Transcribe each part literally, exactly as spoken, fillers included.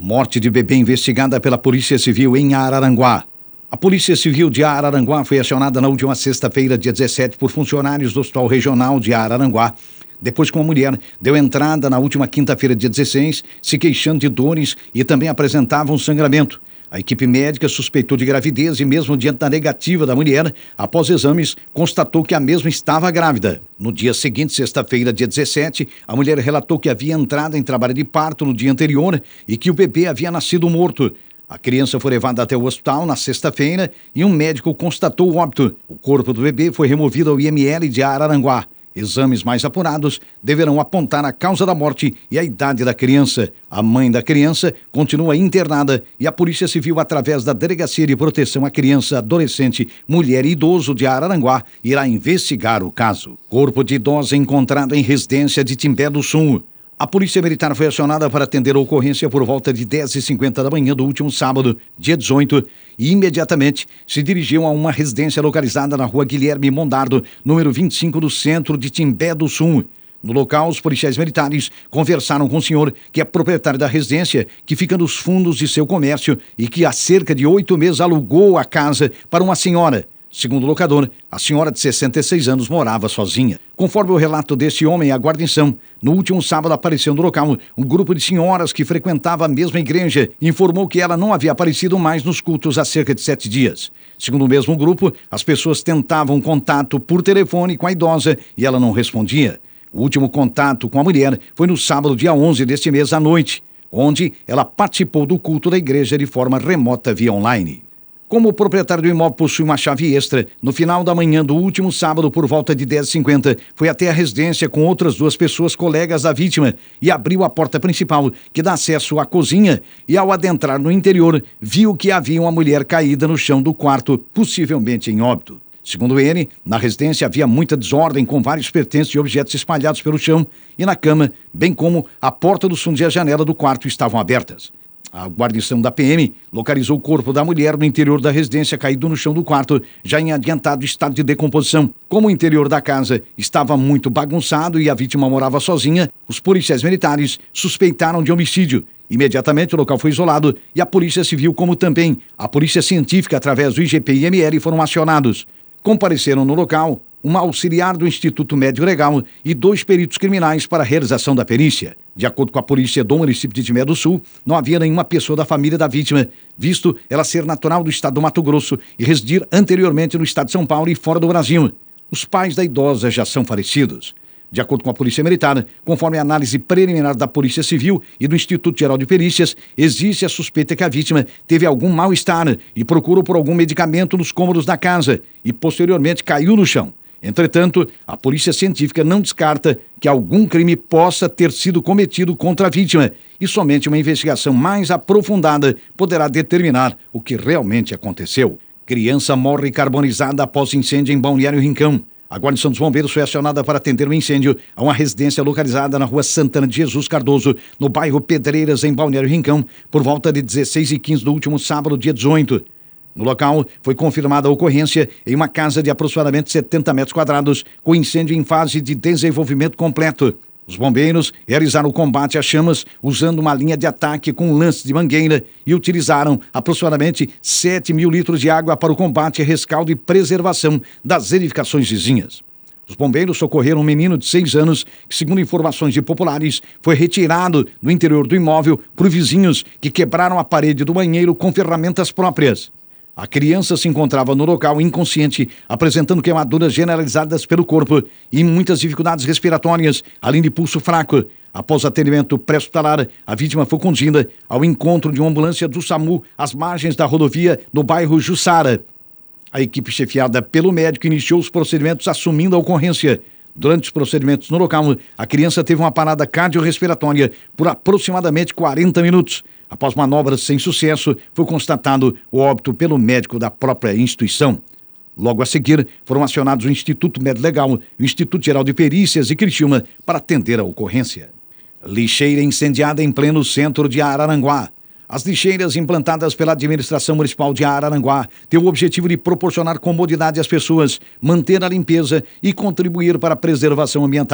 Morte de bebê investigada pela Polícia Civil em Araranguá. A Polícia Civil de Araranguá foi acionada na última sexta-feira, dia dezessete, por funcionários do Hospital Regional de Araranguá, depois que uma mulher deu entrada na última quinta-feira, dia dezesseis, se queixando de dores e também apresentava um sangramento. A equipe médica suspeitou de gravidez e, mesmo diante da negativa da mulher, após exames, constatou que a mesma estava grávida. No dia seguinte, sexta-feira, dia dezessete, a mulher relatou que havia entrado em trabalho de parto no dia anterior e que o bebê havia nascido morto. A criança foi levada até o hospital na sexta-feira e um médico constatou o óbito. O corpo do bebê foi removido ao I M L de Araranguá. Exames mais apurados deverão apontar a causa da morte e a idade da criança. A mãe da criança continua internada e a Polícia Civil, através da Delegacia de Proteção à Criança, Adolescente, Mulher e Idoso de Araranguá, irá investigar o caso. Corpo de idosa encontrado em residência de Timbé do Sul. A Polícia Militar foi acionada para atender a ocorrência por volta de dez e cinquenta da manhã do último sábado, dia dezoito, e imediatamente se dirigiu a uma residência localizada na rua Guilherme Mondardo, número vinte e cinco, do centro de Timbé do Sul. No local, os policiais militares conversaram com o senhor, que é proprietário da residência, que fica nos fundos de seu comércio e que há cerca de oito meses alugou a casa para uma senhora. Segundo o locador, a senhora de sessenta e seis anos morava sozinha. Conforme o relato desse homem, a guarnição, no último sábado apareceu no local um grupo de senhoras que frequentava a mesma igreja e informou que ela não havia aparecido mais nos cultos há cerca de sete dias. Segundo o mesmo grupo, as pessoas tentavam contato por telefone com a idosa e ela não respondia. O último contato com a mulher foi no sábado, dia onze deste mês, à noite, onde ela participou do culto da igreja de forma remota via online. Como o proprietário do imóvel possui uma chave extra, no final da manhã do último sábado, por volta de dez e cinquenta, foi até a residência com outras duas pessoas colegas da vítima e abriu a porta principal, que dá acesso à cozinha, e ao adentrar no interior, viu que havia uma mulher caída no chão do quarto, possivelmente em óbito. Segundo ele, na residência havia muita desordem, com vários pertences e objetos espalhados pelo chão e na cama, bem como a porta dos fundos e a janela do quarto estavam abertas. A guarnição da P M localizou o corpo da mulher no interior da residência, caído no chão do quarto, já em adiantado estado de decomposição. Como o interior da casa estava muito bagunçado e a vítima morava sozinha, os policiais militares suspeitaram de homicídio. Imediatamente o local foi isolado e a Polícia Civil, como também a Polícia Científica, através do I G P e I M L, foram acionados. Compareceram no local uma auxiliar do Instituto Médico Legal e dois peritos criminais para a realização da perícia. De acordo com a polícia do município de Timbé do Sul, não havia nenhuma pessoa da família da vítima, visto ela ser natural do estado do Mato Grosso e residir anteriormente no estado de São Paulo e fora do Brasil. Os pais da idosa já são falecidos. De acordo com a Polícia Militar, conforme a análise preliminar da Polícia Civil e do Instituto Geral de Perícias, existe a suspeita que a vítima teve algum mal-estar e procurou por algum medicamento nos cômodos da casa e posteriormente caiu no chão. Entretanto, a Polícia Científica não descarta que algum crime possa ter sido cometido contra a vítima e somente uma investigação mais aprofundada poderá determinar o que realmente aconteceu. Criança morre carbonizada após incêndio em Balneário Rincão. A guarnição dos bombeiros foi acionada para atender um incêndio a uma residência localizada na rua Santana de Jesus Cardoso, no bairro Pedreiras, em Balneário Rincão, por volta de dezesseis e quinze do último sábado, dia dezoito. No local, foi confirmada a ocorrência em uma casa de aproximadamente setenta metros quadrados, com incêndio em fase de desenvolvimento completo. Os bombeiros realizaram o combate às chamas usando uma linha de ataque com lance de mangueira e utilizaram aproximadamente sete mil litros de água para o combate, rescaldo e preservação das edificações vizinhas. Os bombeiros socorreram um menino de seis anos que, segundo informações de populares, foi retirado do interior do imóvel por vizinhos que quebraram a parede do banheiro com ferramentas próprias. A criança se encontrava no local inconsciente, apresentando queimaduras generalizadas pelo corpo e muitas dificuldades respiratórias, além de pulso fraco. Após atendimento pré-hospitalar, a vítima foi conduzida ao encontro de uma ambulância do SAMU às margens da rodovia no bairro Jussara. A equipe chefiada pelo médico iniciou os procedimentos assumindo a ocorrência. Durante os procedimentos no local, a criança teve uma parada cardiorrespiratória por aproximadamente quarenta minutos. Após manobras sem sucesso, foi constatado o óbito pelo médico da própria instituição. Logo a seguir, foram acionados o Instituto Médico Legal e o Instituto Geral de Perícias de Criciúma para atender a ocorrência. Lixeira incendiada em pleno centro de Araranguá. As lixeiras implantadas pela Administração Municipal de Araranguá têm o objetivo de proporcionar comodidade às pessoas, manter a limpeza e contribuir para a preservação ambiental.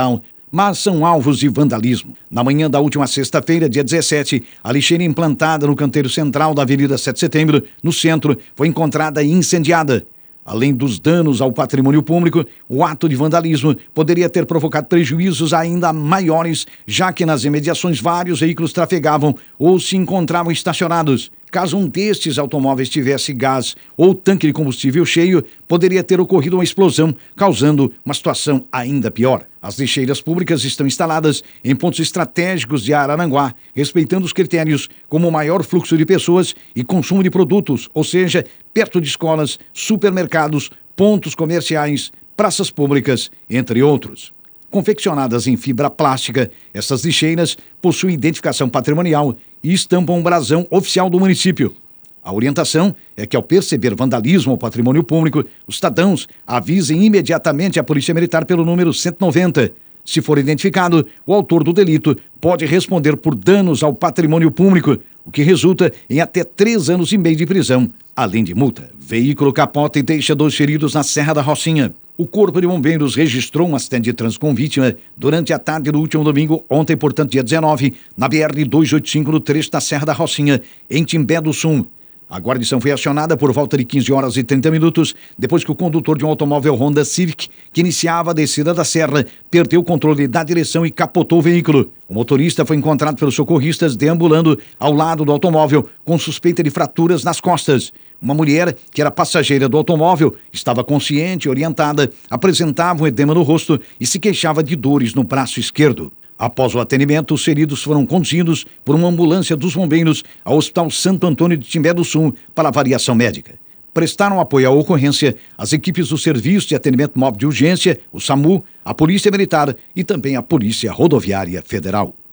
mas são alvos de vandalismo. Na manhã da última sexta-feira, dia dezessete, a lixeira implantada no canteiro central da Avenida sete de Setembro, no centro, foi encontrada e incendiada. Além dos danos ao patrimônio público, o ato de vandalismo poderia ter provocado prejuízos ainda maiores, já que nas imediações vários veículos trafegavam ou se encontravam estacionados. Caso um destes automóveis tivesse gás ou tanque de combustível cheio, poderia ter ocorrido uma explosão, causando uma situação ainda pior. As lixeiras públicas estão instaladas em pontos estratégicos de Araranguá, respeitando os critérios como maior fluxo de pessoas e consumo de produtos, ou seja, perto de escolas, supermercados, pontos comerciais, praças públicas, entre outros. Confeccionadas em fibra plástica, essas lixeiras possuem identificação patrimonial e estampam um brasão oficial do município. A orientação é que, ao perceber vandalismo ao patrimônio público, os cidadãos avisem imediatamente a Polícia Militar pelo número cento e noventa. Se for identificado, o autor do delito pode responder por danos ao patrimônio público, o que resulta em até três anos e meio de prisão, além de multa. Veículo capota e deixa dois feridos na Serra da Rocinha. O Corpo de Bombeiros registrou um acidente de trânsito com vítima durante a tarde do último domingo, ontem, portanto, dia dezenove, na B R duzentos e oitenta e cinco, no trecho da Serra da Rocinha, em Timbé do Sul. A guarnição foi acionada por volta de quinze horas e trinta minutos, depois que o condutor de um automóvel Honda Civic, que iniciava a descida da serra, perdeu o controle da direção e capotou o veículo. O motorista foi encontrado pelos socorristas deambulando ao lado do automóvel, com suspeita de fraturas nas costas. Uma mulher, que era passageira do automóvel, estava consciente e orientada, apresentava um edema no rosto e se queixava de dores no braço esquerdo. Após o atendimento, os feridos foram conduzidos por uma ambulância dos bombeiros ao Hospital Santo Antônio de Timbé do Sul para avaliação médica. Prestaram apoio à ocorrência as equipes do Serviço de Atendimento Móvel de Urgência, o SAMU, a Polícia Militar e também a Polícia Rodoviária Federal.